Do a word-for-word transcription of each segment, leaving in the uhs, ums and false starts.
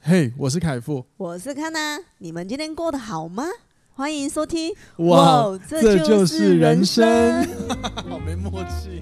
嘿、hey, 我是凯富， 我是康娜，你们今天过得好吗？欢迎收听。 哇， 哇这就是人生， 好没默契。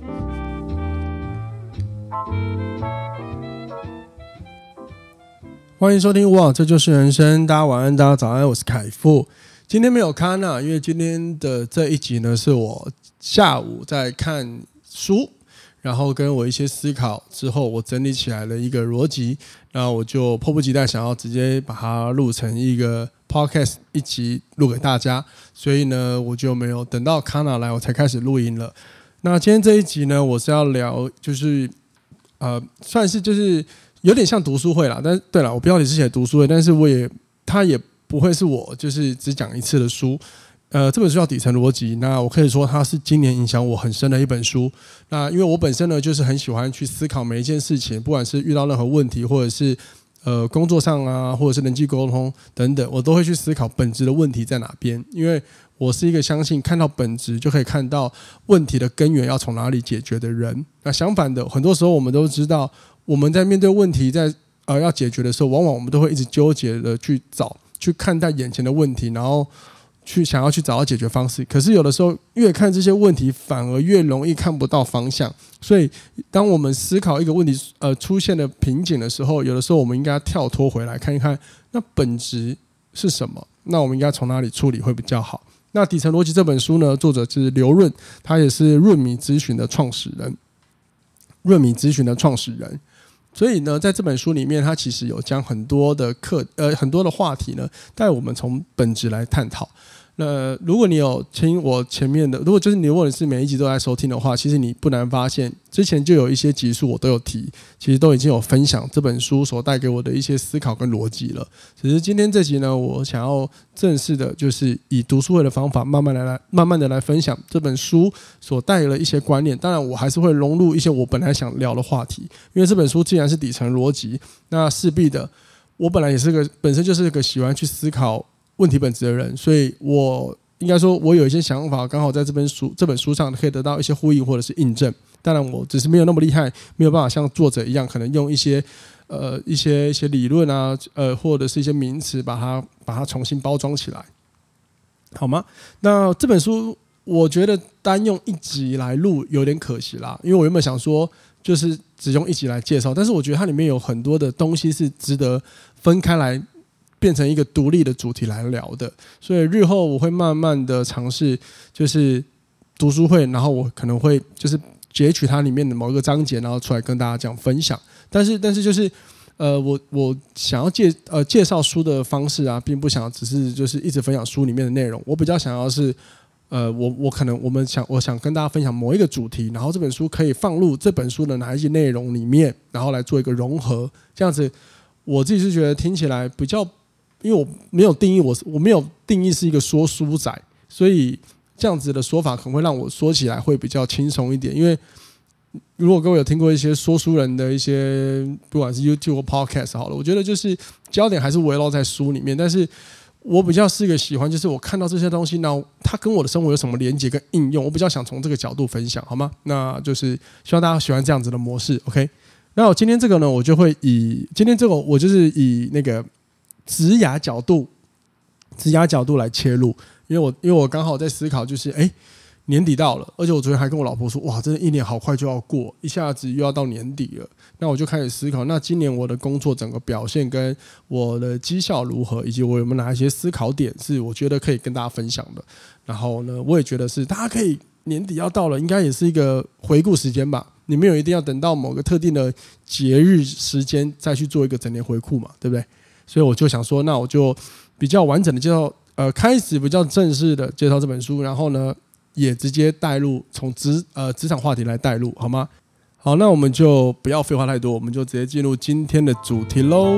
欢迎收听哇，这就是人生。大家晚安，大家早安，我是凯富。今天没有康娜，因为今天的这一集呢，是我下午在看书，然后跟我一些思考之后，我整理起来了一个逻辑，然后我就迫不及待想要直接把它录成一个 podcast 一集录给大家，所以呢，我就没有等到康娜来，我才开始录音了。那今天这一集呢，我是要聊，就是呃，算是就是有点像读书会啦，但是对啦，我标题是写读书会，但是我也它也不会是我就是只讲一次的书。呃，这本书叫底层逻辑，那我可以说它是今年影响我很深的一本书。那因为我本身呢，就是很喜欢去思考每一件事情，不管是遇到任何问题，或者是呃工作上啊，或者是人际沟通等等，我都会去思考本质的问题在哪边。因为我是一个相信看到本质就可以看到问题的根源要从哪里解决的人。那相反的，很多时候我们都知道，我们在面对问题在呃要解决的时候，往往我们都会一直纠结的去找去看待眼前的问题，然后去想要去找到解决方式，可是有的时候越看这些问题，反而越容易看不到方向。所以，当我们思考一个问题呃出现了瓶颈的时候，有的时候我们应该跳脱回来看一看，那本质是什么？那我们应该从哪里处理会比较好？那《底层逻辑》这本书呢，作者是刘润，他也是润米咨询的创始人。润米咨询的创始人。所以呢，在这本书里面，他其实有将很多的课呃很多的话题呢，带我们从本质来探讨。那如果你有听我前面的，如果就是你如果你是每一集都在收听的话，其实你不难发现，之前就有一些集数我都有提，其实都已经有分享这本书所带给我的一些思考跟逻辑了。只是今天这集呢，我想要正式的，就是以读书会的方法，慢慢的来慢慢的来分享这本书所带来的一些观念。当然，我还是会融入一些我本来想聊的话题，因为这本书既然是底层逻辑，那势必的，我本来也是个本身就是个喜欢去思考问题本质的人，所以我应该说，我有一些想法，刚好在这本书这本书上可以得到一些呼应或者是印证。当然，我只是没有那么厉害，没有办法像作者一样，可能用一些呃一些一些理论啊，呃或者是一些名词，把它把它重新包装起来，好吗？那这本书，我觉得单用一集来录有点可惜啦，因为我原本想说，就是只用一集来介绍，但是我觉得它里面有很多的东西是值得分开来变成一个独立的主题来聊的，所以日后我会慢慢的尝试，就是读书会，然后我可能会就是截取它里面的某一个章节，然后出来跟大家讲分享。但是，但是就是呃，我我想要介呃介绍书的方式啊，并不想只是就是一直分享书里面的内容，我比较想要是呃，我我可能我们想我想跟大家分享某一个主题，然后这本书可以放入这本书的哪一些内容里面，然后来做一个融合，这样子我自己是觉得听起来比较。因为我没有定义我，我没有定义是一个说书仔，所以这样子的说法可能会让我说起来会比较轻松一点。因为如果各位有听过一些说书人的一些，不管是 YouTube 或 Podcast 好了，我觉得就是焦点还是围绕在书里面。但是我比较是一个喜欢，就是我看到这些东西，然后它跟我的生活有什么连结跟应用，我比较想从这个角度分享，好吗？那就是希望大家喜欢这样子的模式 ，OK？ 那我今天这个呢，我就会以今天这个我就是以那个。职涯角度，职涯角度来切入，因为我因为我刚好在思考，就是哎，年底到了，而且我昨天还跟我老婆说，哇，真的一年好快就要过，一下子又要到年底了。那我就开始思考，那今年我的工作整个表现跟我的绩效如何，以及我有没有哪一些思考点是我觉得可以跟大家分享的。然后呢，我也觉得是大家可以年底要到了，应该也是一个回顾时间吧。你没有一定要等到某个特定的节日时间再去做一个整年回顾嘛，对不对？所以我就想说，那我就比较完整的介绍，呃，开始比较正式的介绍这本书，然后呢，也直接带入从职呃职场话题来带入，好吗？好，那我们就不要废话太多，我们就直接进入今天的主题喽。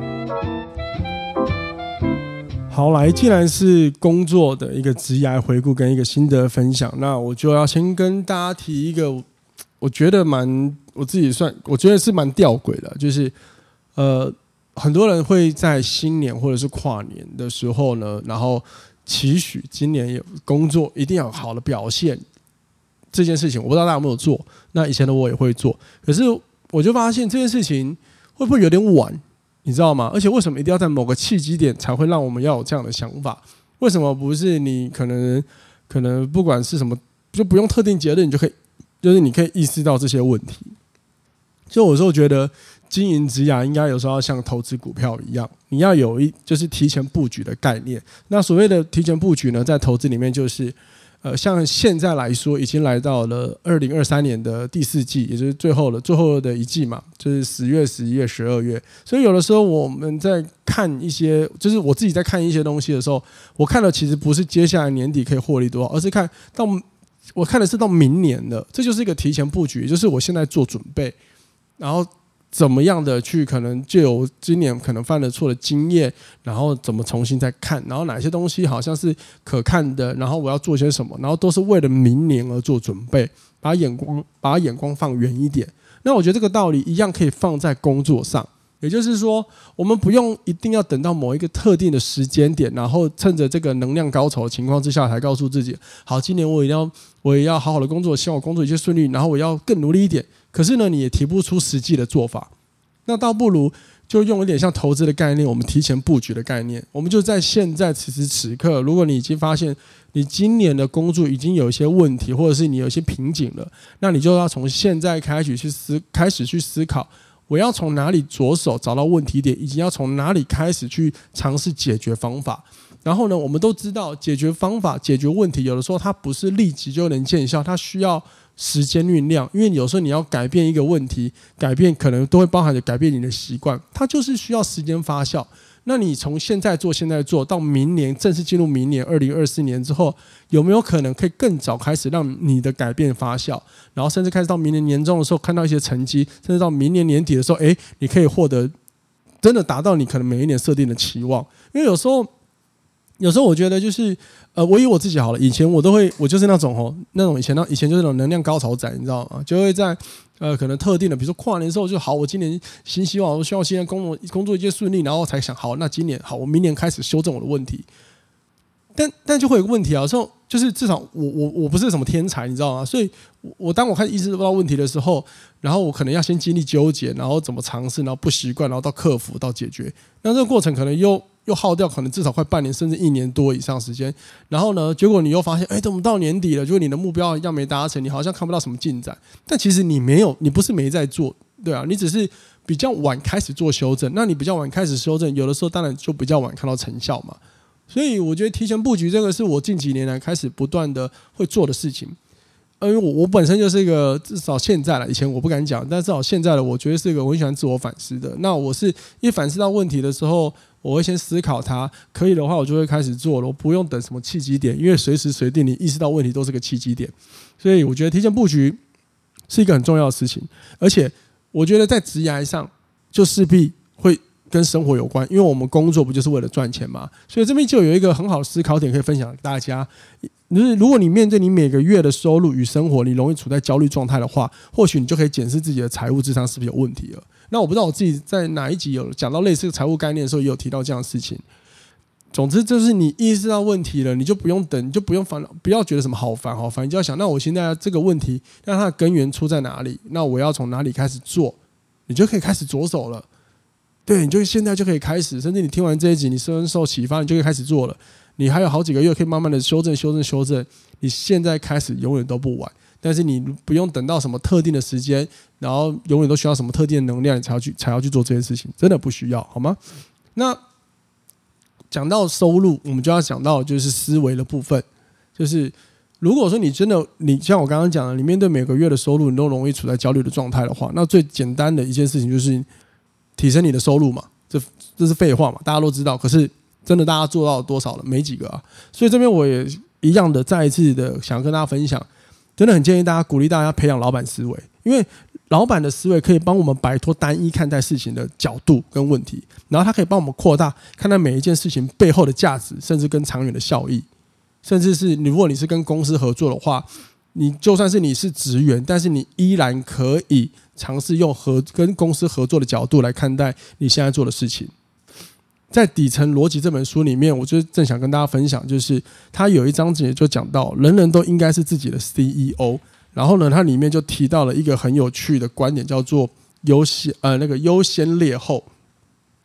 好，来，既然是工作的一个职涯回顾跟一个心得分享，那我就要先跟大家提一个，我觉得蛮我自己算，我觉得是蛮吊诡的，就是呃。很多人会在新年或者是跨年的时候呢，然后期许今年有工作一定要有好的表现，这件事情我不知道大家有没有做，那以前的我也会做，可是我就发现这件事情会不会有点晚？ 你知道吗？而且为什么一定要在某个契机点才会让我们要有这样的想法？为什么不是你可能可能不管是什么，就不用特定节日，你就可以，就是你可以意识到这些问题？就有时候觉得经营职涯应该有时候要像投资股票一样，你要有一就是提前布局的概念。那所谓的提前布局呢，在投资里面就是。呃，像现在来说，已经来到了二零二三年的第四季，也就是最后的最后的一季嘛，就是十月、十一月、十二月。所以有的时候我们在看一些，就是我自己在看一些东西的时候，我看的其实不是接下来年底可以获利多少，而是看到我看的是到明年的，这就是一个提前布局，也就是我现在做准备，然后。怎么样的去可能就有今年可能犯了错的经验，然后怎么重新再看，然后哪些东西好像是可看的，然后我要做些什么，然后都是为了明年而做准备，把眼光把眼光放远一点。那我觉得这个道理一样可以放在工作上，也就是说，我们不用一定要等到某一个特定的时间点，然后趁着这个能量高潮的情况之下，才告诉自己，好，今年我也要我也要好好的工作，希望我工作一切顺利，然后我要更努力一点。可是呢，你也提不出实际的做法，那倒不如就用一点像投资的概念，我们提前布局的概念，我们就在现在此时此刻，如果你已经发现你今年的工作已经有一些问题，或者是你有一些瓶颈了，那你就要从现在开始去思，开始去思考，我要从哪里着手找到问题点，以及要从哪里开始去尝试解决方法。然后呢，我们都知道解决方法、解决问题，有的时候它不是立即就能见效，它需要时间酝酿。因为有时候你要改变一个问题，改变可能都会包含着改变你的习惯，它就是需要时间发酵。那你从现在做、现在做到明年正式进入明年二零二四年之后，有没有可能可以更早开始让你的改变发酵，然后甚至开始到明年年中的时候看到一些成绩，甚至到明年年底的时候，哎，你可以获得真的达到你可能每一年设定的期望。因为有时候。有时候我觉得就是，呃，我以我自己好了，以前我都会，我就是那种哦，那种以前那以前就是那种能量高潮仔，你知道吗？就会在呃可能特定的，比如说跨年的时候就好，我今年新希望，我希望现在工作工作一切顺利，然后才想好，那今年好，我明年开始修正我的问题。但但就会有个问题啊，说就是至少我我我不是什么天才，你知道吗？所以我，我当我开始意识到问题的时候，然后我可能要先经历纠结，然后怎么尝试，然后不习惯，然后到克服到解决，那这个过程可能又。又耗掉可能至少快半年甚至一年多以上时间，然后呢，结果你又发现，哎，怎么到年底了？结果你的目标一样没达成，你好像看不到什么进展。但其实你没有，你不是没在做，对啊，你只是比较晚开始做修正。那你比较晚开始修正，有的时候当然就比较晚看到成效嘛。所以我觉得提前布局这个是我近几年来开始不断的会做的事情。因为我我本身就是一个至少现在了，以前我不敢讲，但至少现在的我觉得是一个我很喜欢自我反思的。那我是一反思到问题的时候，我会先思考它，可以的话我就会开始做了，我不用等什么契机点，因为随时随地你意识到问题都是个契机点。所以我觉得提前布局是一个很重要的事情，而且我觉得在职涯上就势必会跟生活有关，因为我们工作不就是为了赚钱嘛？所以这边就有一个很好的思考点可以分享给大家。就是如果你面对你每个月的收入与生活，你容易处在焦虑状态的话，或许你就可以检视自己的财务智商是不是有问题了。那我不知道我自己在哪一集有讲到类似财务概念的时候，也有提到这样的事情。总之就是你意识到问题了，你就不用等，你就不用烦，不要觉得什么好烦好烦，你就要想，那我现在这个问题，那它的根源出在哪里？那我要从哪里开始做？你就可以开始着手了。对，你就现在就可以开始，甚至你听完这一集，你深受启发，你就可以开始做了。你还有好几个月可以慢慢的修正、修正、修正。你现在开始永远都不晚，但是你不用等到什么特定的时间，然后永远都需要什么特定的能量，你才要去才要去做这件事情，真的不需要，好吗？那讲到收入，我们就要讲到就是思维的部分，就是如果说你真的你像我刚刚讲的，你面对每个月的收入，你都容易处在焦虑的状态的话，那最简单的一件事情就是提升你的收入嘛，这这是废话嘛，大家都知道。可是真的大家做到多少了？没几个啊。所以这边我也一样的再一次的想跟大家分享，真的很建议大家鼓励大家培养老板思维，因为老板的思维可以帮我们摆脱单一看待事情的角度跟问题，然后他可以帮我们扩大看待每一件事情背后的价值，甚至跟长远的效益，甚至是你如果你是跟公司合作的话，你就算是你是职员，但是你依然可以尝试用合跟公司合作的角度来看待你现在做的事情。在《底层逻辑》这本书里面，我就正想跟大家分享，就是他有一章节就讲到，人人都应该是自己的 C E O。然后呢，它里面就提到了一个很有趣的观点，叫做优先呃那个优先劣后。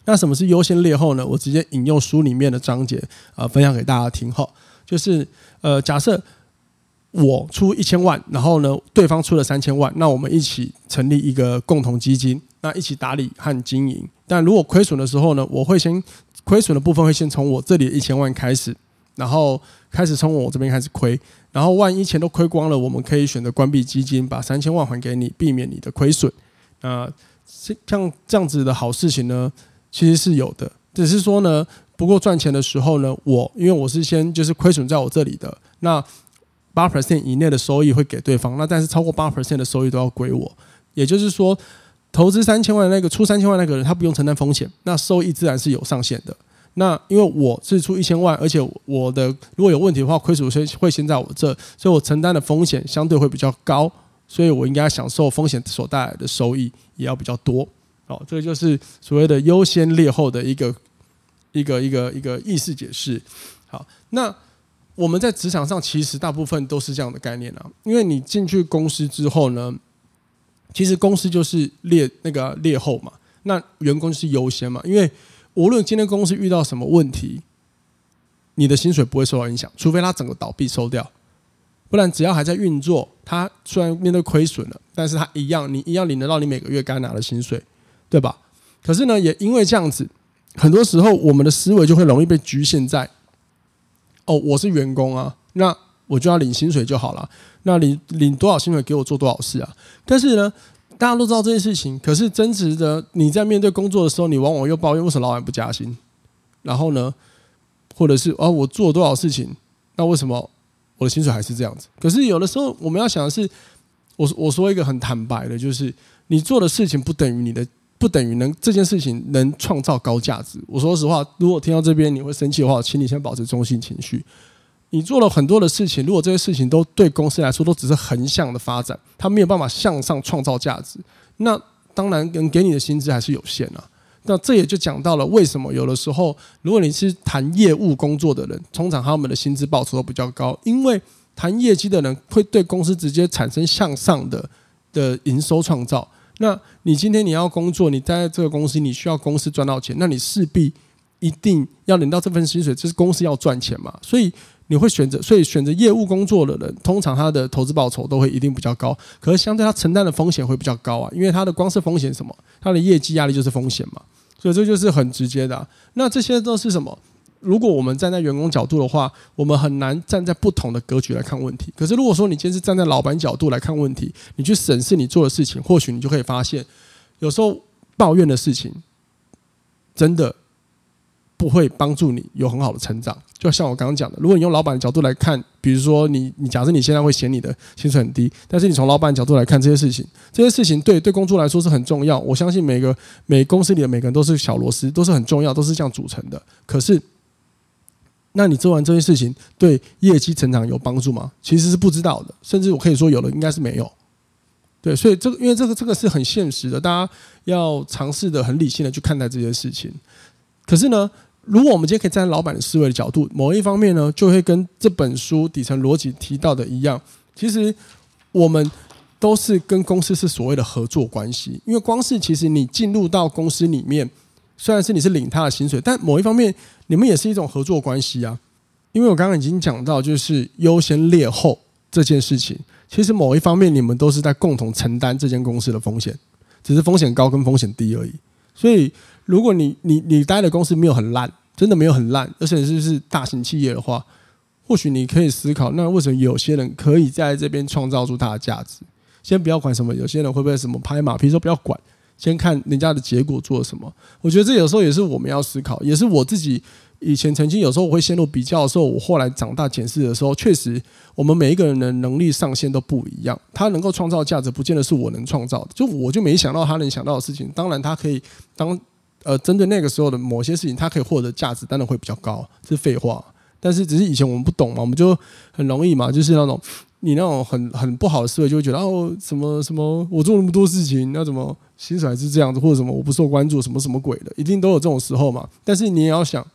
那什么是优先劣后呢？我直接引用书里面的章节，呃，分享给大家听哈。就是呃，假设我出一千万，然后呢，对方出了三千万，那我们一起成立一个共同基金，那一起打理和经营。但如果亏损的时候呢，我会先亏损的部分会先从我这里的一千万开始，然后开始从我这边开始亏，然后万一钱都亏光了，我们可以选择关闭基金，把三千万还给你，避免你的亏损。那像这样子的好事情呢，其实是有的，只是说呢，不过赚钱的时候呢，我因为我是先就是亏损在我这里的，那 百分之八 以内的收益会给对方，那但是超过 百分之八 的收益都要归我。也就是说，投资三千万的那个出三千万那个人，他不用承担风险，那收益自然是有上限的。那因为我是出一千万，而且我的如果有问题的话，亏损会先在我这，所以我承担的风险相对会比较高，所以我应该享受风险所带来的收益也要比较多。哦，这个就是所谓的优先劣后的一个一个一个一个意思解释。好，那我们在职场上其实大部分都是这样的概念啊，因为你进去公司之后呢，其实公司就是劣那个劣后嘛，那员工就是优先嘛，因为无论今天公司遇到什么问题，你的薪水不会受到影响，除非它整个倒闭收掉，不然只要还在运作，它虽然面对亏损了，但是它一样，你一样领得到你每个月该拿的薪水，对吧？可是呢，也因为这样子，很多时候我们的思维就会容易被局限在，哦，我是员工啊，那我就要领薪水就好了，那领领多少薪水给我做多少事啊？但是呢，大家都知道这件事情，可是真实的你在面对工作的时候，你往往又抱怨为什么老板不加薪，然后呢，或者是哦，我做了多少事情，那为什么我的薪水还是这样子？可是有的时候我们要想的是，我我说一个很坦白的，就是你做的事情不等于你的。不等于能这件事情能创造高价值。我说实话，如果听到这边你会生气的话，请你先保持中性情绪。你做了很多的事情，如果这些事情都对公司来说都只是横向的发展，它没有办法向上创造价值，那当然能给你的薪资还是有限啊。那这也就讲到了为什么有的时候，如果你是谈业务工作的人，通常他们的薪资报酬都比较高，因为谈业绩的人会对公司直接产生向上的的营收创造。那你今天你要工作，你待在这个公司，你需要公司赚到钱，那你势必一定要领到这份薪水，这是公司要赚钱嘛，所以你会选择，所以选择业务工作的人，通常他的投资报酬都会一定比较高，可是相对他承担的风险会比较高啊，因为他的光是风险是什么，他的业绩压力就是风险嘛，所以这就是很直接的啊。那这些都是什么？如果我们站在员工角度的话，我们很难站在不同的格局来看问题。可是如果说你今天是站在老板角度来看问题，你去审视你做的事情，或许你就可以发现，有时候抱怨的事情真的不会帮助你有很好的成长。就像我刚刚讲的，如果你用老板的角度来看，比如说你你假设你现在会嫌你的薪水很低，但是你从老板的角度来看这些事情，这些事情对对工作来说是很重要。我相信每个每个公司里的每个人都是小螺丝，都是很重要，都是这样组成的。可是那你做完这些事情对业绩成长有帮助吗？其实是不知道的，甚至我可以说有的应该是没有。对，所以这个因为这个这个是很现实的，大家要尝试的很理性的去看待这些事情。可是呢，如果我们今天可以站在老板的思维的角度，某一方面呢，就会跟这本书底层逻辑提到的一样，其实我们都是跟公司是所谓的合作关系。因为光是其实你进入到公司里面，虽然是你是领他的薪水，但某一方面你们也是一种合作关系啊。因为我刚刚已经讲到，就是优先劣后这件事情，其实某一方面你们都是在共同承担这间公司的风险，只是风险高跟风险低而已。所以如果你你你待的公司没有很烂，真的没有很烂，而且是是大型企业的话，或许你可以思考，那为什么有些人可以在这边创造出他的价值？先不要管什么，有些人会不会什么拍马屁，说不要管，先看人家的结果做了什么。我觉得这有时候也是我们要思考，也是我自己以前曾经有时候我会陷入比较的时候，我后来长大检视的时候，确实我们每一个人的能力上限都不一样，他能够创造价值不见得是我能创造的，就我就没想到他能想到的事情，当然他可以当呃针对那个时候的某些事情，他可以获得价值当然会比较高，这是废话。但是只是以前我们不懂嘛，我们就很容易嘛，就是那种你那种很很不好的思维，就会觉得哦什么什么我做那么多事情，那怎么薪水还是这样子，或者什么我不受关注，什么什么鬼的，一定都有这种时候嘛。但是你也要想，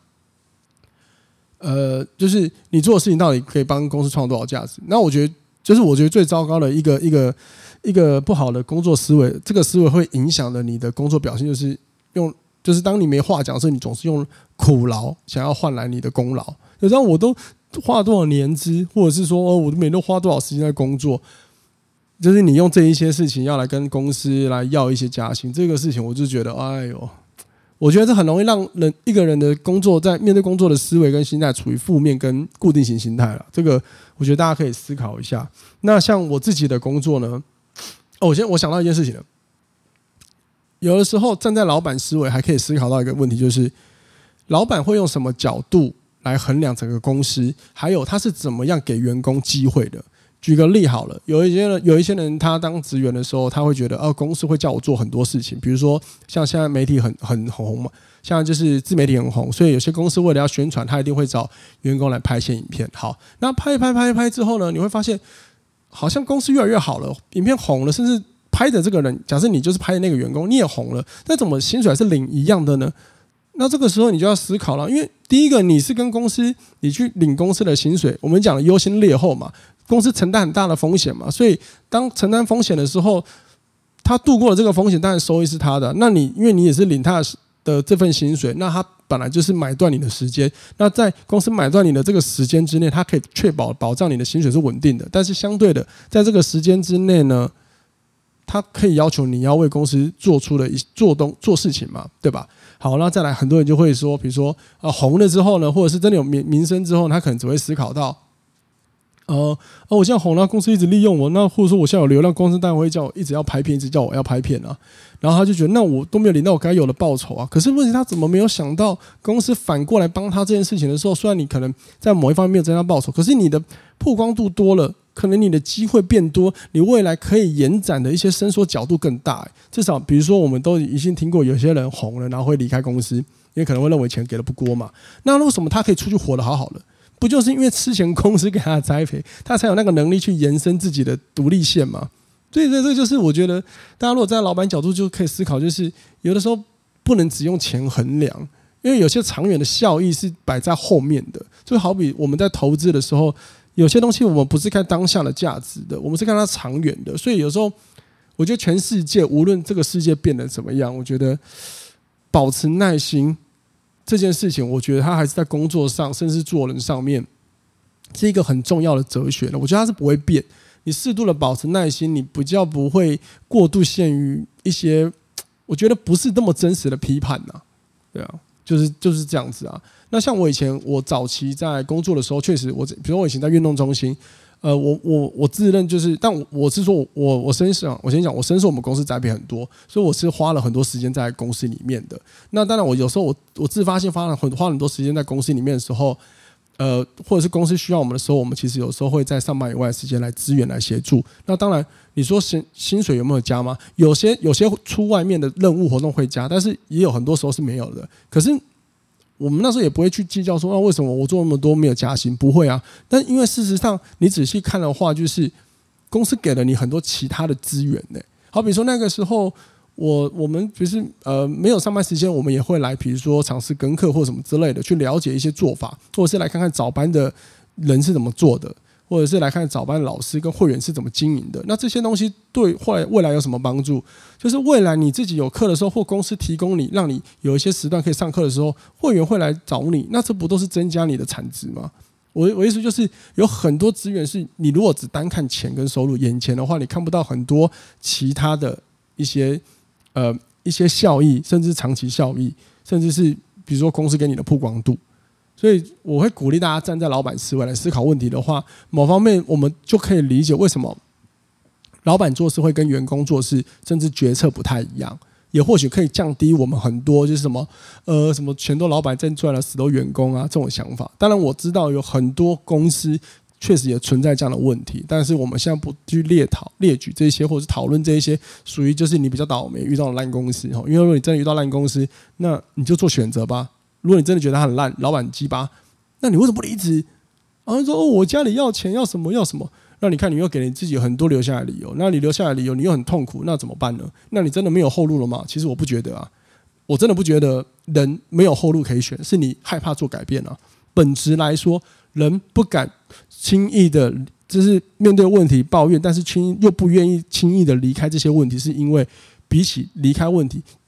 呃，就是你做的事情到底可以帮公司创造多少价值？那我觉得，就是我觉得最糟糕的一个一个一个不好的工作思维，这个思维会影响了你的工作表现，就是用。 就是当你没话讲的时候，你总是用苦劳想要换来你的功劳。有时候我都花了多少年资，或者是说、哦、我每天都花多少时间在工作，就是你用这一些事情要来跟公司来要一些加薪，这个事情我就觉得，哎呦，我觉得这很容易让人一个人的工作在面对工作的思维跟心态处于负面跟固定型心态了。这个我觉得大家可以思考一下。那像我自己的工作呢，哦，我先我想到一件事情了。有的时候站在老板思维，还可以思考到一个问题，就是老板会用什么角度来衡量整个公司，还有他是怎么样给员工机会的。举个例好了，有一些人，有一些人他当职员的时候，他会觉得，哦，公司会叫我做很多事情，比如说像现在媒体很很很红嘛，像就是自媒体很红，所以有些公司为了要宣传，他一定会找员工来拍一些影片。好，那拍一拍拍一拍之后呢，你会发现好像公司越来越好了，影片红了，甚至拍的这个人，假设你就是拍的那个员工，你也红了，那怎么薪水还是领一样的呢？那这个时候你就要思考了，因为第一个你是跟公司，你去领公司的薪水，我们讲的优先劣后嘛，公司承担很大的风险嘛，所以当承担风险的时候，他度过了这个风险，当然收益是他的。那你因为你也是领他的这份薪水，那他本来就是买断你的时间，那在公司买断你的这个时间之内，他可以确保保障你的薪水是稳定的。但是相对的，在这个时间之内呢，他可以要求你要为公司做出的做东做事情嘛，对吧？好，那再来，很多人就会说，比如说啊，红了之后呢，或者是真的有名名声之后，他可能只会思考到，呃，哦，我现在红了，公司一直利用我，那或者说我现在有流量，公司当然会叫我一直要拍片，一直叫我要拍片啊。然后他就觉得，那我都没有领到我该有的报酬啊。可是问题他怎么没有想到，公司反过来帮他这件事情的时候，虽然你可能在某一方面没有增加报酬，可是你的曝光度多了。可能你的机会变多，你未来可以延展的一些伸缩角度更大。至少比如说我们都已经听过有些人红了然后会离开公司，因为可能会认为钱给的不多嘛。那为什么他可以出去活得好好的？不就是因为之前公司给他的栽培，他才有那个能力去延伸自己的独立线嘛？所以这这就是我觉得大家如果在老板角度就可以思考，就是有的时候不能只用钱衡量，因为有些长远的效益是摆在后面的。就好比我们在投资的时候，有些东西我们不是看当下的价值的，我们是看它长远的。所以有时候我觉得全世界无论这个世界变得怎么样，我觉得保持耐心这件事情，我觉得它还是在工作上甚至做人上面是一个很重要的哲学的。我觉得它是不会变，你适度的保持耐心，你比较不会过度陷于一些我觉得不是那么真实的批判呐、啊。对啊，就是就是这样子啊。那像我以前我早期在工作的时候，确实我比如说我以前在运动中心，呃，我我我自认就是，但我我是说我我我身上，我先讲，我深受我们公司栽培很多，所以我是花了很多时间在公司里面的。那当然，我有时候我我自发性花了很花很多时间在公司里面的时候，呃，或者是公司需要我们的时候，我们其实有时候会在上班以外的时间来支援来协助。那当然，你说薪薪水有没有加吗？有些有些出外面的任务活动会加，但是也有很多时候是没有的。可是我们那时候也不会去计较说，啊，为什么我做那么多没有加薪？不会啊。但因为事实上，你仔细看的话，就是公司给了你很多其他的资源呢。好比说那个时候，我我们就是呃没有上班时间，我们也会来，比如说尝试跟课或什么之类的，去了解一些做法，或者是来看看早班的人是怎么做的。或者是来看早班老师跟会员是怎么经营的，那这些东西对后来未来有什么帮助？就是未来你自己有课的时候，或公司提供你，让你有一些时段可以上课的时候，会员会来找你，那这不都是增加你的产值吗？我我意思就是有很多资源是你如果只单看钱跟收入，眼前的话，你看不到很多其他的一些呃一些效益，甚至长期效益，甚至是比如说公司给你的曝光度。所以我会鼓励大家站在老板思维来思考问题的话，某方面我们就可以理解为什么老板做事会跟员工做事甚至决策不太一样，也或许可以降低我们很多就是什么呃什么钱都老板挣赚了，死都员工啊这种想法。当然我知道有很多公司确实也存在这样的问题，但是我们现在不去列讨列举这些，或者是讨论这一些属于就是你比较倒霉遇到的烂公司，因为如果你真的遇到烂公司，那你就做选择吧。如果你真的觉得他很烂，老板鸡巴，那你为什么不离职？然后说哦，我家里要钱，要什么要什么？那你看，你又给你自己很多留下来的理由，那你留下来的理由，你又很痛苦，那怎么办呢？那你真的没有后路了吗？其实我不觉得啊，我真的不觉得人没有后路可以选，是你害怕做改变啊。本质来说，人不敢轻易的，就是面对问题抱怨，但是轻又不愿意轻易的离开这些问题，是因为比起离开问题，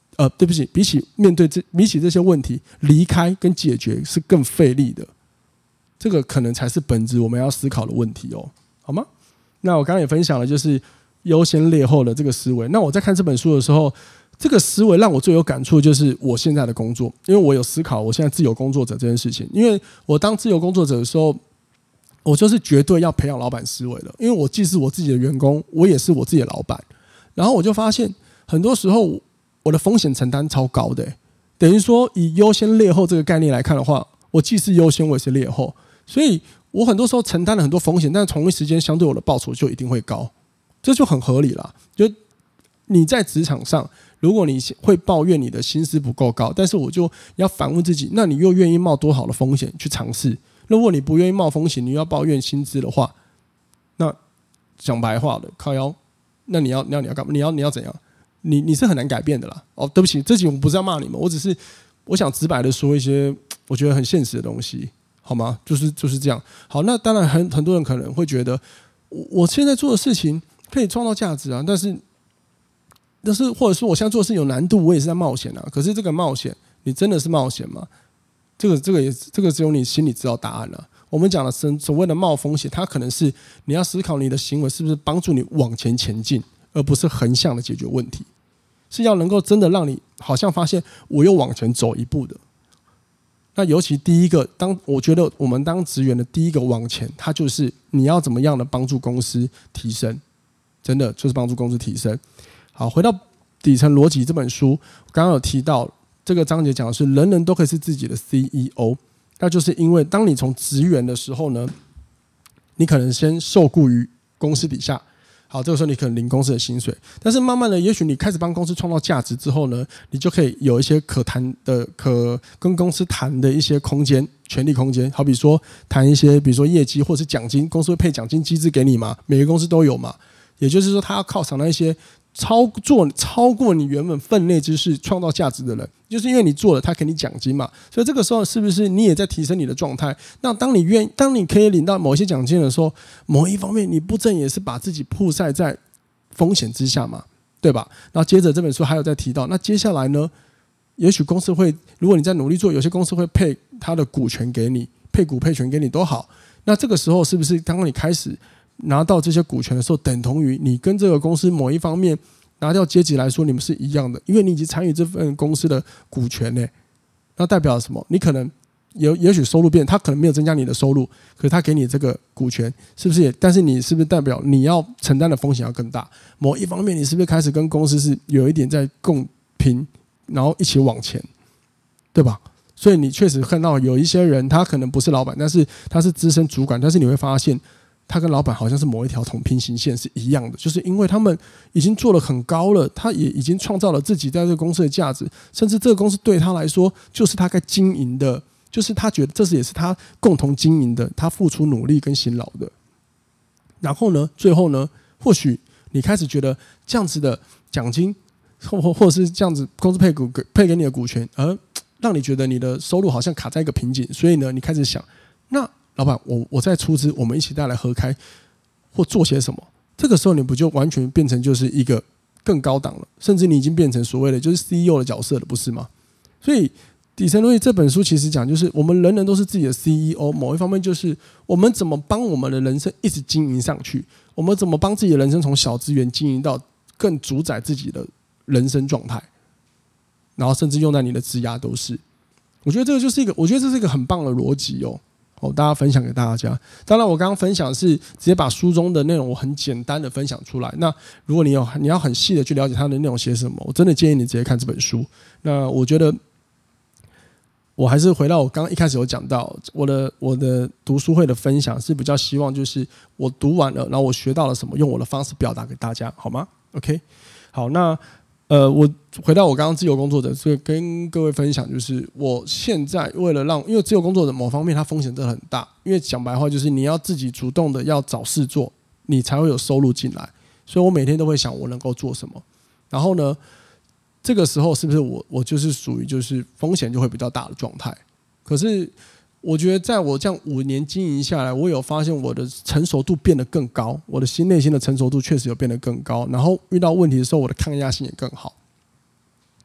呃，对不起，比起面对这比起这些问题，离开跟解决是更费力的。这个可能才是本质我们要思考的问题哦，好吗？那我刚刚也分享了，就是优先劣后的这个思维。那我在看这本书的时候，这个思维让我最有感触的就是我现在的工作，因为我有思考我现在自由工作者这件事情。因为我当自由工作者的时候，我就是绝对要培养老板思维的，因为我既是我自己的员工，我也是我自己的老板。然后我就发现，很多时候我的风险承担超高的、欸，等于说以优先劣后这个概念来看的话，我既是优先，我也是劣后，所以我很多时候承担了很多风险，但同一时间相对我的报酬就一定会高，这就很合理啦。就你在职场上，如果你会抱怨你的薪资不够高，但是我就要反问自己，那你又愿意冒多少的风险去尝试？如果你不愿意冒风险，你又要抱怨薪资的话，那讲白话的靠腰，那你要你要你要干嘛？你要你要怎样？你你是很难改变的啦。哦，对不起，这集我不是要骂你们，我只是我想直白的说一些我觉得很现实的东西，好吗？就是就是这样。好，那当然很很多人可能会觉得，我我现在做的事情可以创造价值啊，但是但是或者说我现在做的事情有难度，我也是在冒险啊。可是这个冒险，你真的是冒险吗？这个这个也这个只有你心里知道答案了、啊。我们讲的所谓的冒风险，它可能是你要思考你的行为是不是帮助你往前前进，而不是横向的解决问题，是要能够真的让你好像发现我又往前走一步的。那尤其第一个，当我觉得我们当职员的第一个往前，它就是你要怎么样的帮助公司提升，真的就是帮助公司提升。好，回到底层逻辑这本书，我刚刚有提到这个章节讲的是人人都可以是自己的 C E O。那就是因为当你从职员的时候呢，你可能先受雇于公司底下，好，这个时候你可能领公司的薪水，但是慢慢的，也许你开始帮公司创造价值之后呢，你就可以有一些可谈的、可跟公司谈的一些空间、权利空间，好比说谈一些，比如说业绩或是奖金，公司会配奖金机制给你嘛，每个公司都有嘛，也就是说，他要犒赏那一些超做超过你原本分内之事创造价值的人，就是因为你做了，他给你奖金嘛，所以这个时候是不是你也在提升你的状态？那当你愿，当你可以领到某一些奖金的时候，某一方面你不正也是把自己曝晒在风险之下嘛，对吧？然后接着这本书还有在提到，那接下来呢，也许公司会，如果你在努力做，有些公司会配他的股权给你，配股配权给你都好。那这个时候是不是当你开始拿到这些股权的时候，等同于你跟这个公司某一方面拿掉阶级来说，你们是一样的，因为你已经参与这份公司的股权呢。那代表什么？你可能有也许收入变，他可能没有增加你的收入，可是他给你这个股权，是不是也？但是你是不是代表你要承担的风险要更大？某一方面，你是不是开始跟公司是有一点在共拼，然后一起往前，对吧？所以你确实看到有一些人，他可能不是老板，但是他是资深主管，但是你会发现，他跟老板好像是某一条同平行线是一样的，就是因为他们已经做得很高了，他也已经创造了自己在这个公司的价值，甚至这个公司对他来说就是他该经营的，就是他觉得这是也是他共同经营的，他付出努力跟辛劳的。然后呢，最后呢，或许你开始觉得这样子的奖金，或或者是这样子公司配股配给你的股权，而让你觉得你的收入好像卡在一个瓶颈，所以呢，你开始想，那老板，我我再出资，我们一起带来合开，或做些什么？这个时候你不就完全变成就是一个更高档了，甚至你已经变成所谓的就是 C E O 的角色了，不是吗？所以底层逻辑这本书其实讲，就是我们人人都是自己的 C E O， 某一方面就是我们怎么帮我们的人生一直经营上去，我们怎么帮自己的人生从小资源经营到更主宰自己的人生状态，然后甚至用在你的职涯都是。我觉得这个就是一个，我觉得这是一个很棒的逻辑哦。哦，大家分享给大家。当然，我刚刚分享的是直接把书中的内容我很简单的分享出来。那如果你有你要很细的去了解它的内容写什么，我真的建议你直接看这本书。那我觉得，我还是回到我刚刚一开始有讲到，我的我的读书会的分享是比较希望就是我读完了，然后我学到了什么，用我的方式表达给大家，好吗 ？OK， 好，那。呃，我回到我刚刚自由工作者，所以跟各位分享，就是我现在为了让，因为自由工作者某方面它风险真的很大，因为讲白话就是你要自己主动的要找事做，你才会有收入进来，所以我每天都会想我能够做什么，然后呢，这个时候是不是我我就是属于就是风险就会比较大的状态？可是我觉得在我这样五年经营下来，我有发现我的成熟度变得更高，我的心内心的成熟度确实有变得更高，然后遇到问题的时候，我的抗压性也更好。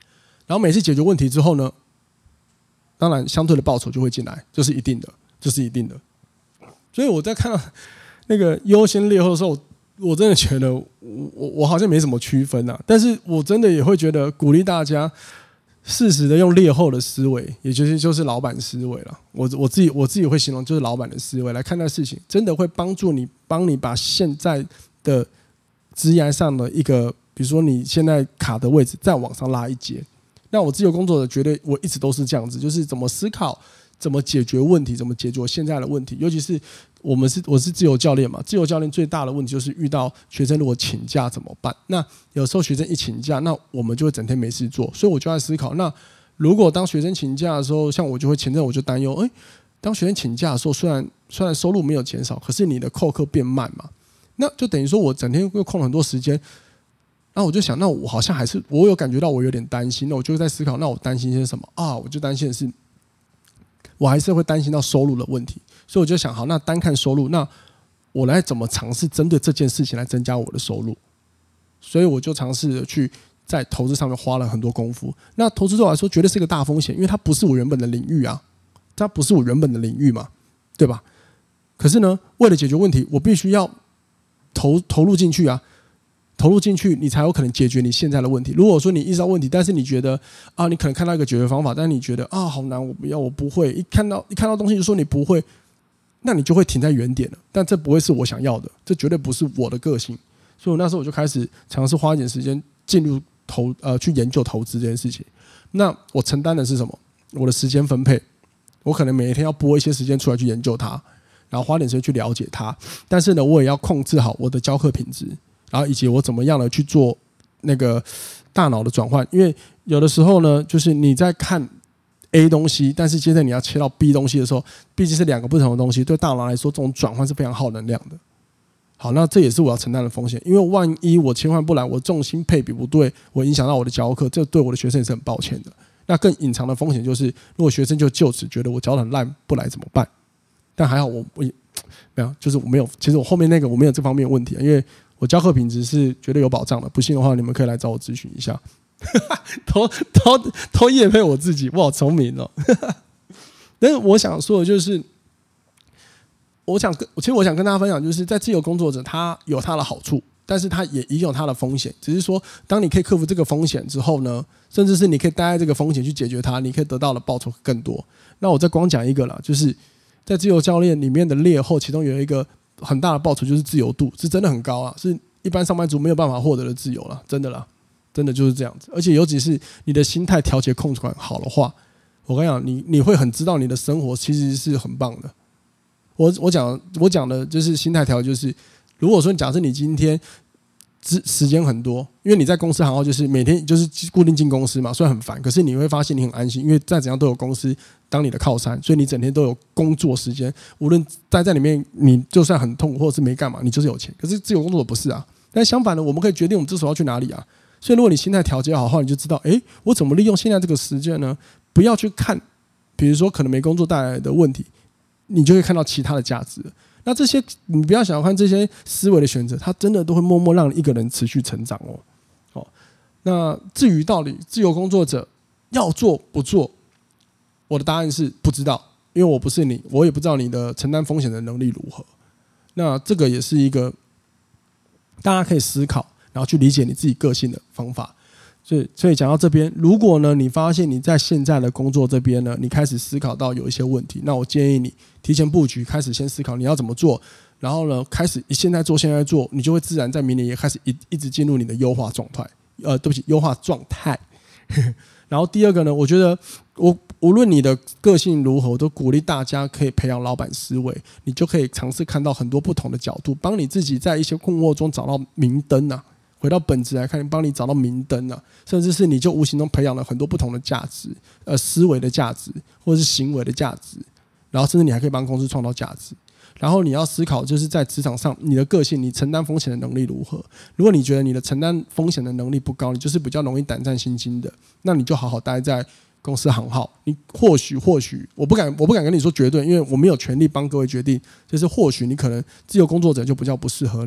然后每次解决问题之后呢，当然相对的报酬就会进来，这是一定的，这是一定的。所以我在看到那个优先劣后的时候，我真的觉得我我我好像没什么区分啊，但是我真的也会觉得鼓励大家适时的用劣后的思维，也就是就是老板思维了。我我自己我自己会形容就是老板的思维来看待事情，真的会帮助你，帮你把现在的职业上的一个，比如说你现在卡的位置再往上拉一阶。那我自由工作者绝对我一直都是这样子，就是怎么思考，怎么解决问题，怎么解决现在的问题。尤其是我们是我是自由教练嘛，自由教练最大的问题就是遇到学生如果请假怎么办？那有时候学生一请假，那我们就会整天没事做，所以我就在思考，那如果当学生请假的时候，像我就会前阵我就担忧，哎，当学生请假的时候，虽然虽然收入没有减少，可是你的扣课变慢嘛，那就等于说我整天会空很多时间。那我就想，那我好像还是我有感觉到我有点担心，那我就在思考，那我担心些什么啊？我就担心的是，我还是会担心到收入的问题，所以我就想，好，那单看收入，那我来怎么尝试针对这件事情来增加我的收入？所以我就尝试着去在投资上面花了很多功夫。那投资对我来说绝对是一个大风险，因为它不是我原本的领域啊，它不是我原本的领域嘛，对吧？可是呢，为了解决问题，我必须要投投入进去啊。投入进去，你才有可能解决你现在的问题。如果说你遇到问题，但是你觉得啊，你可能看到一个解决方法，但是你觉得啊，好难，我不要，我不会。一看到一看到东西就说你不会，那你就会停在原点了。但这不会是我想要的，这绝对不是我的个性。所以我那时候我就开始尝试花一点时间进入投呃去研究投资这件事情。那我承担的是什么？我的时间分配，我可能每一天要拨一些时间出来去研究它，然后花点时间去了解它。但是呢，我也要控制好我的教课品质。然后以及我怎么样的去做那个大脑的转换，因为有的时候呢，就是你在看 A 东西，但是接着你要切到 B 东西的时候，毕竟是两个不同的东西，对大脑来说，这种转换是非常耗能量的。好，那这也是我要承担的风险，因为万一我切换不来，我重心配比不对，我影响到我的教课，这对我的学生也是很抱歉的。那更隐藏的风险就是，如果学生就就此觉得我教的很烂，不来怎么办？但还好我我也没有，就是我没有，其实我后面那个我没有这方面的问题，因为我教课品质是绝对有保障的，不信的话你们可以来找我咨询一下。偷偷偷业配我自己，我好聪明哦。但是我想说的就是，我想跟其实我想跟大家分享，就是在自由工作者他有他的好处，但是他也一定有他的风险。只是说，当你可以克服这个风险之后呢，甚至是你可以待在这个风险去解决它，你可以得到的报酬更多。那我再光讲一个啦，就是在自由教练里面的劣后，其中有一个很大的报酬就是自由度，是真的很高啊，是一般上班族没有办法获得的自由啦，真的啦，真的就是这样子。而且尤其是你的心态调节控制管好的话，我跟你讲，你你会很知道你的生活其实是很棒的。我我讲我讲的就是心态调节，就是如果说假设你今天时间很多，因为你在公司行号就是每天就是固定进公司嘛，虽然很烦，可是你会发现你很安心，因为再怎样都有公司当你的靠山，所以你整天都有工作时间，无论待在里面你就算很痛苦或者是没干嘛，你就是有钱。可是自由工作者不是啊，但相反的，我们可以决定我们这时候要去哪里啊。所以如果你心态调节好的话，你就知道，哎，我怎么利用现在这个时间呢？不要去看，比如说可能没工作带来的问题，你就会看到其他的价值了。那这些你不要小看这些思维的选择，它真的都会默默让一个人持续成长哦。哦，那至于到底自由工作者要做不做，我的答案是不知道，因为我不是你，我也不知道你的承担风险的能力如何。那这个也是一个大家可以思考，然后去理解你自己个性的方法。所以，所以讲到这边，如果呢你发现你在现在的工作这边呢，你开始思考到有一些问题，那我建议你提前布局，开始先思考你要怎么做，然后呢开始现在做，现在做，你就会自然在明年也开始一一直进入你的优化状态。呃，对不起，优化状态。然后第二个呢，我觉得我无论你的个性如何，我都鼓励大家可以培养老板思维，你就可以尝试看到很多不同的角度，帮你自己在一些困惑中找到明灯啊。回到本质来看，帮你找到明灯啊，甚至是你就无形中培养了很多不同的价值，呃，思维的价值，或者是行为的价值，然后甚至你还可以帮公司创造价值。然后你要思考，就是在职场上，你的个性，你承担风险的能力如何？如果你觉得你的承担风险的能力不高，你就是比较容易胆战心惊的，那你就好好待在公司行号。你或许或许，我不敢，我不敢跟你说绝对，因为我没有权利帮各位决定。就是或许你可能自由工作者就比较不适合你。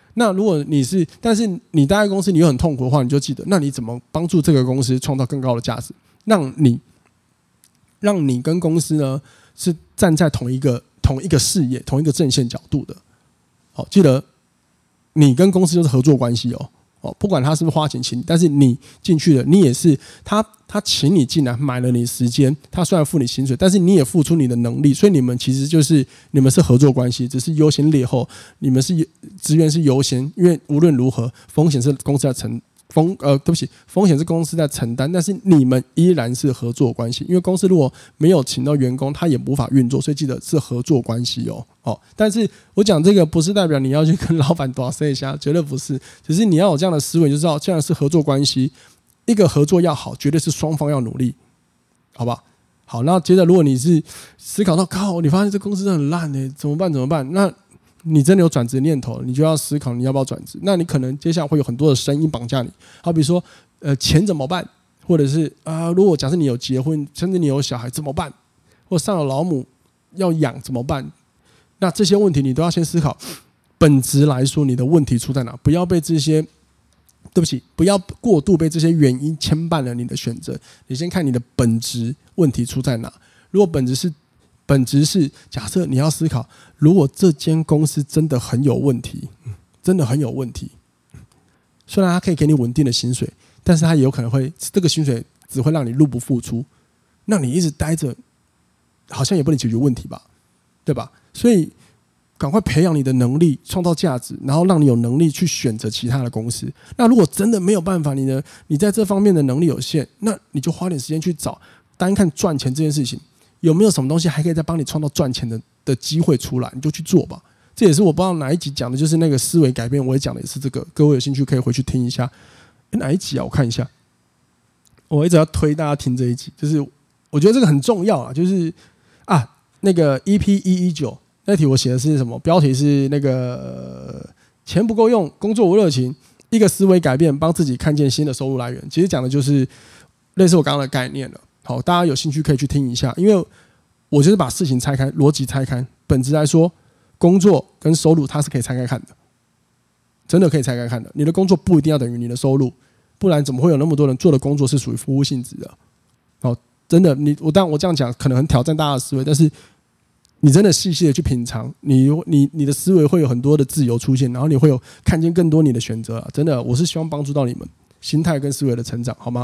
那如果你是，但是你待在公司你又很痛苦的话，你就记得，那你怎么帮助这个公司创造更高的价值，让你让你跟公司呢是站在同一个同一个视野、同一个阵线角度的。好，记得你跟公司就是合作关系哦。哦，不管他是不是花钱请你，但是你进去了，你也是他他请你进来，买了你时间，他虽然付你薪水，但是你也付出你的能力，所以你们其实就是你们是合作关系，只是优先劣后，你们是资源是优先，因为无论如何风险是公司在承风呃对不起，风险是公司在承担，但是你们依然是合作关系，因为公司如果没有请到员工，他也无法运作，所以记得是合作关系哦。哦，但是我讲这个不是代表你要去跟老板多说一下，绝对不是，只是你要有这样的思维，就知道这样是合作关系，一个合作要好，绝对是双方要努力，好吧？好，那接着如果你是思考到靠，你发现这公司真的很烂欸，怎么办？怎么办？那你真的有转职念头，你就要思考你要不要转职。那你可能接下来会有很多的声音绑架你，好比说，呃，钱怎么办？或者是啊、呃，如果假设你有结婚，甚至你有小孩怎么办？或上了老母要养怎么办？那这些问题你都要先思考。本质来说，你的问题出在哪？不要被这些，对不起，不要过度被这些原因牵绊了你的选择。你先看你的本质问题出在哪。如果本质是本质是假设你要思考，如果这间公司真的很有问题，真的很有问题，虽然它可以给你稳定的薪水，但是它也有可能会这个薪水只会让你入不敷出，那你一直待着，好像也不能解决问题吧，对吧？所以赶快培养你的能力，创造价值，然后让你有能力去选择其他的公司。那如果真的没有办法，你的你在这方面的能力有限，那你就花点时间去找，单看赚钱这件事情。有没有什么东西还可以再帮你创造赚钱 的, 的机会出来，你就去做吧。这也是我不知道哪一集讲的，就是那个思维改变，我也讲的也是这个。各位有兴趣可以回去听一下。哪一集啊？我看一下。我一直要推大家听这一集，就是我觉得这个很重要啊。就是啊，那个 E P 一一九那题我写的是什么？标题是那个钱不够用，工作无热情，一个思维改变，帮自己看见新的收入来源。其实讲的就是类似我刚刚的概念了。好，大家有兴趣可以去听一下，因为我就是把事情拆开，逻辑拆开。本质来说，工作跟收入它是可以拆开看的，真的可以拆开看的。你的工作不一定要等于你的收入，不然怎么会有那么多人做的工作是属于服务性质的？好，真的，你我当然我这样讲可能很挑战大家的思维，但是你真的细细的去品尝，你你你的思维会有很多的自由出现，然后你会有看见更多你的选择。真的，我是希望帮助到你们心态跟思维的成长，好吗？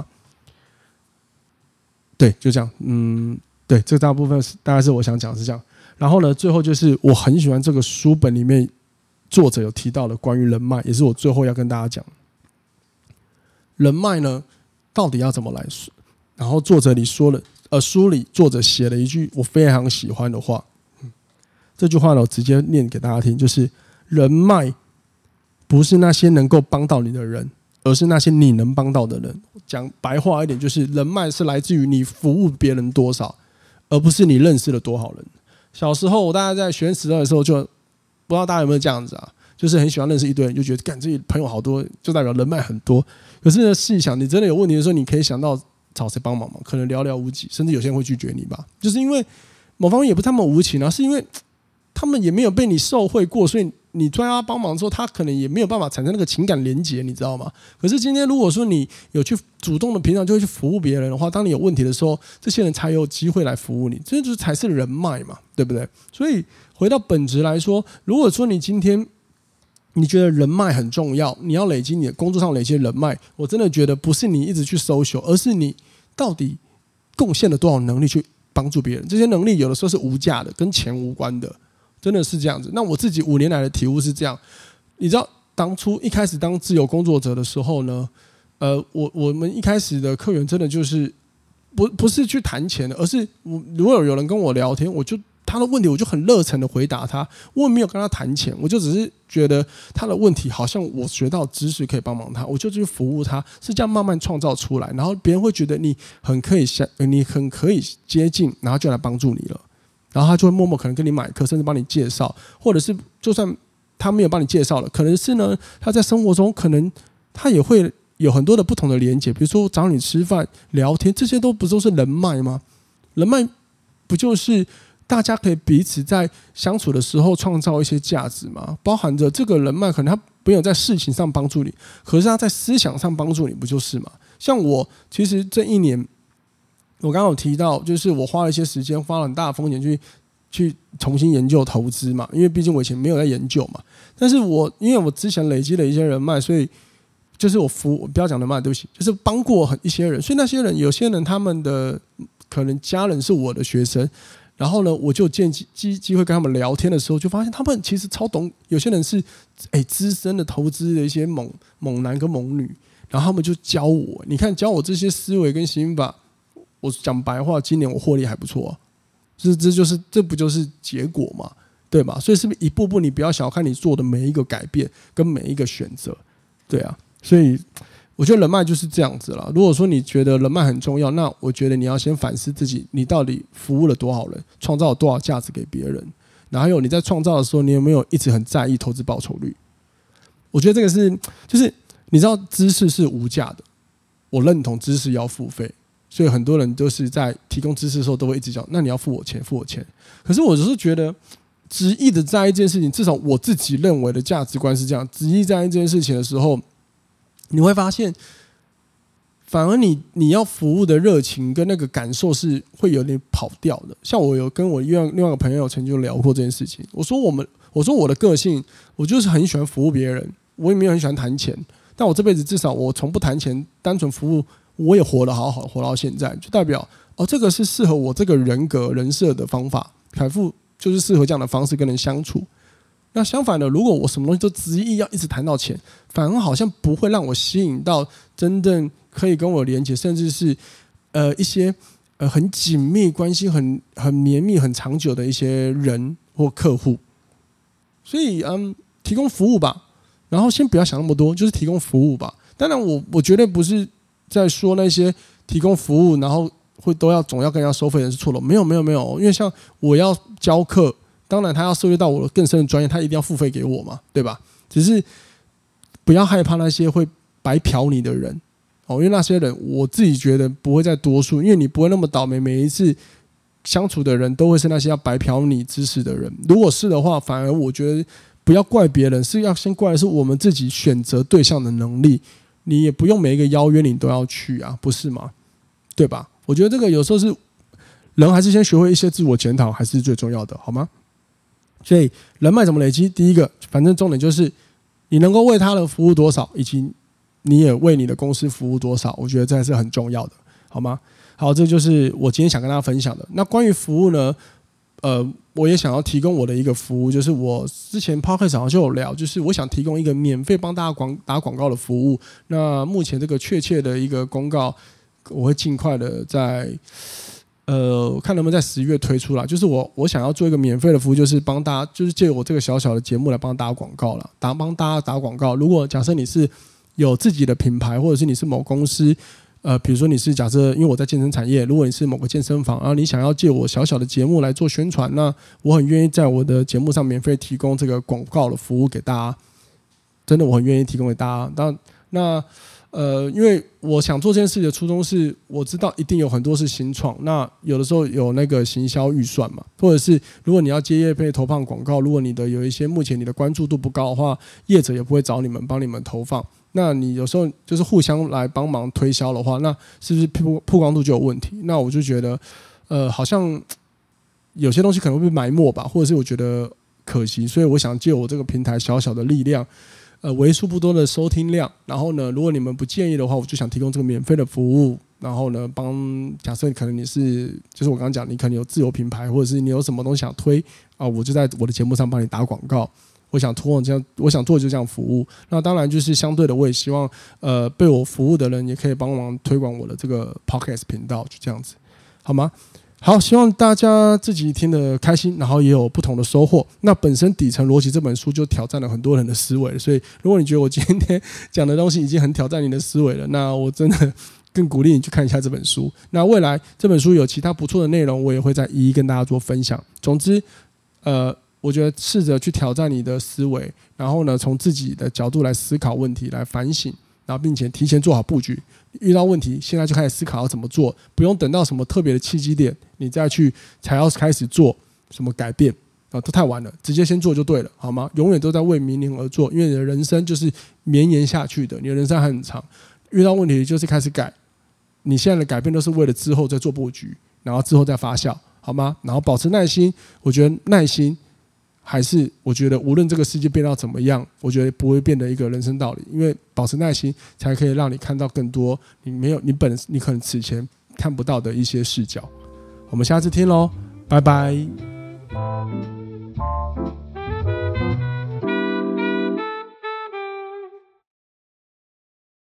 对，就这样。嗯，对，这大部分大概是我想讲的是这样。然后呢，最后就是我很喜欢这个书本里面作者有提到的关于人脉，也是我最后要跟大家讲。人脉呢，到底要怎么来说？然后作者里说了，呃，书里作者写了一句我非常喜欢的话。这句话呢，我直接念给大家听，就是人脉不是那些能够帮到你的人，而是那些你能帮到的人。讲白话一点，就是人脉是来自于你服务别人多少，而不是你认识了多少人。小时候我大概在学生时代的时候，就不知道大家有没有这样子啊，就是很喜欢认识一堆人，就觉得干这朋友好多，就代表人脉很多。可是呢，细想，你真的有问题的时候，你可以想到找谁帮忙吗？可能寥寥无几，甚至有些人会拒绝你吧。就是因为某方面也不是他们无情啊，是因为他们也没有被你受惠过，所以你突然要帮忙之后，他可能也没有办法产生那个情感连结，你知道吗？可是今天如果说你有去主动的平常就会去服务别人的话，当你有问题的时候，这些人才有机会来服务你，这就是才是人脉嘛，对不对？所以回到本质来说，如果说你今天你觉得人脉很重要，你要累积你的工作上累积人脉，我真的觉得不是你一直去social，而是你到底贡献了多少能力去帮助别人。这些能力有的时候是无价的，跟钱无关的。真的是这样子。那我自己五年来的体悟是这样，你知道，当初一开始当自由工作者的时候呢，呃，我我们一开始的客源真的就是不不是去谈钱的，而是我如果有人跟我聊天，我就他的问题我就很热忱的回答他，我也没有跟他谈钱，我就只是觉得他的问题好像我学到知识可以帮忙他，我就去服务他，是这样慢慢创造出来，然后别人会觉得你很可以你很可以接近，然后就来帮助你了。然后他就会默默可能跟你买课，甚至帮你介绍，或者是就算他没有帮你介绍了，可能是呢他在生活中可能他也会有很多的不同的连结，比如说找你吃饭聊天，这些都不都是人脉吗？人脉不就是大家可以彼此在相处的时候创造一些价值吗？包含着这个人脉可能他没有在事情上帮助你，可是他在思想上帮助你，不就是吗？像我其实这一年，我刚刚有提到，就是我花了一些时间，花了很大的风险去去重新研究投资嘛，因为毕竟我以前没有在研究嘛。但是我因为我之前累积了一些人脉，所以就是我服我不要讲人脉，对不起，就是帮过很一些人，所以那些人有些人他们的可能家人是我的学生，然后呢，我就见机机会跟他们聊天的时候，就发现他们其实超懂，有些人是哎资深的投资的一些猛猛男跟猛女，然后他们就教我，你看教我这些思维跟心法，我讲白话，今年我获利还不错啊，这这就是这不就是结果嘛，对吧？所以是不是一步步你不要小看你做的每一个改变跟每一个选择，对啊，所以我觉得人脉就是这样子啦。如果说你觉得人脉很重要，那我觉得你要先反思自己，你到底服务了多少人，创造了多少价值给别人，然后还有你在创造的时候，你有没有一直很在意投资报酬率？我觉得这个是，就是你知道知识是无价的，我认同知识要付费，所以很多人都是在提供知识的时候都会一直讲，那你要付我钱，付我钱。可是我就是觉得，执意的在意这件事情，至少我自己认为的价值观是这样，执意在意这件事情的时候，你会发现，反而你你要服务的热情跟那个感受是会有点跑掉的。像我有跟我另外另外一个朋友曾经聊过这件事情，我说我们我说我的个性，我就是很喜欢服务别人，我也没有很喜欢谈钱，但我这辈子至少我从不谈钱，单纯服务，我也活得好好，活到现在，就代表哦，这个是适合我这个人格人设的方法，凯富就是适合这样的方式跟人相处。那相反的，如果我什么东西都执意要一直谈到钱，反而好像不会让我吸引到真正可以跟我连接，甚至是呃一些呃很紧密关系、很很绵密、很长久的一些人或客户。所以嗯，提供服务吧，然后先不要想那么多，就是提供服务吧。当然我，我我绝对不是在说那些提供服务然后会都要总要跟人家收费的人是错的，没有没有没有，因为像我要教课。当然，他要涉猎到我的更深的专业，他一定要付费给我嘛，对吧？只是不要害怕那些会白嫖你的人哦，因为那些人我自己觉得不会在多数，因为你不会那么倒霉，每一次相处的人都会是那些要白嫖你知识的人。如果是的话，反而我觉得不要怪别人，是要先怪的是我们自己选择对象的能力。你也不用每一个邀约你都要去啊，不是吗？对吧？我觉得这个有时候是人还是先学会一些自我检讨，还是最重要的，好吗？所以人脉怎么累积？第一个，反正重点就是你能够为他人服务多少，以及你也为你的公司服务多少，我觉得这还是很重要的，好吗？好，这就是我今天想跟大家分享的。那关于服务呢，呃，我也想要提供我的一个服务，就是我之前 Podcast 好像就有聊，就是我想提供一个免费帮大家广打广告的服务。那目前这个确切的一个公告，我会尽快的在。呃，看能不能在十月推出来。就是我，我想要做一个免费的服务，就是帮大家，就是借我这个小小的节目来帮大家广告了，打帮大家打广告。如果假设你是有自己的品牌，或者是你是某公司，呃，比如说你是假设，因为我在健身产业，如果你是某个健身房，然后你想要借我小小的节目来做宣传，那我很愿意在我的节目上免费提供这个广告的服务给大家。真的，我很愿意提供给大家。那那。呃，因为我想做这件事的初衷是，我知道一定有很多是新创，那有的时候有那个行销预算嘛，或者是如果你要接业配投放广告，如果你的有一些目前你的关注度不高的话，业者也不会找你们帮你们投放。那你有时候就是互相来帮忙推销的话，那是不是曝光度就有问题？那我就觉得，呃，好像有些东西可能会被埋没吧，或者是我觉得可惜，所以我想借我这个平台小小的力量。呃，为数不多的收听量，然后呢，如果你们不介意的话，我就想提供这个免费的服务，然后呢，帮假设可能你是，就是我刚刚讲，你可能有自有品牌，或者是你有什么东西想推啊，我就在我的节目上帮你打广告。我想托这样，我想做就这样服务。那当然就是相对的，我也希望呃被我服务的人也可以帮忙推广我的这个 podcast 频道，就这样子，好吗？好，希望大家自己听得开心，然后也有不同的收获。那本身底层逻辑这本书就挑战了很多人的思维，所以如果你觉得我今天讲的东西已经很挑战你的思维了，那我真的更鼓励你去看一下这本书。那未来这本书有其他不错的内容，我也会再一一跟大家做分享。总之，呃，我觉得试着去挑战你的思维，然后呢，从自己的角度来思考问题，来反省，然后并且提前做好布局。遇到问题，现在就开始思考要怎么做，不用等到什么特别的契机点，你再去才要开始做什么改变。 啊，都太晚了，直接先做就对了，好吗？永远都在为明年而做，因为你的人生就是绵延下去的，你的人生还很长，遇到问题就是开始改，你现在的改变都是为了之后再做布局，然后之后再发酵，好吗？然后保持耐心，我觉得耐心还是我觉得无论这个世界变到怎么样，我觉得不会变的一个人生道理，因为保持耐心才可以让你看到更多你没有你本你可能此前看不到的一些视角。我们下次听喽，拜拜。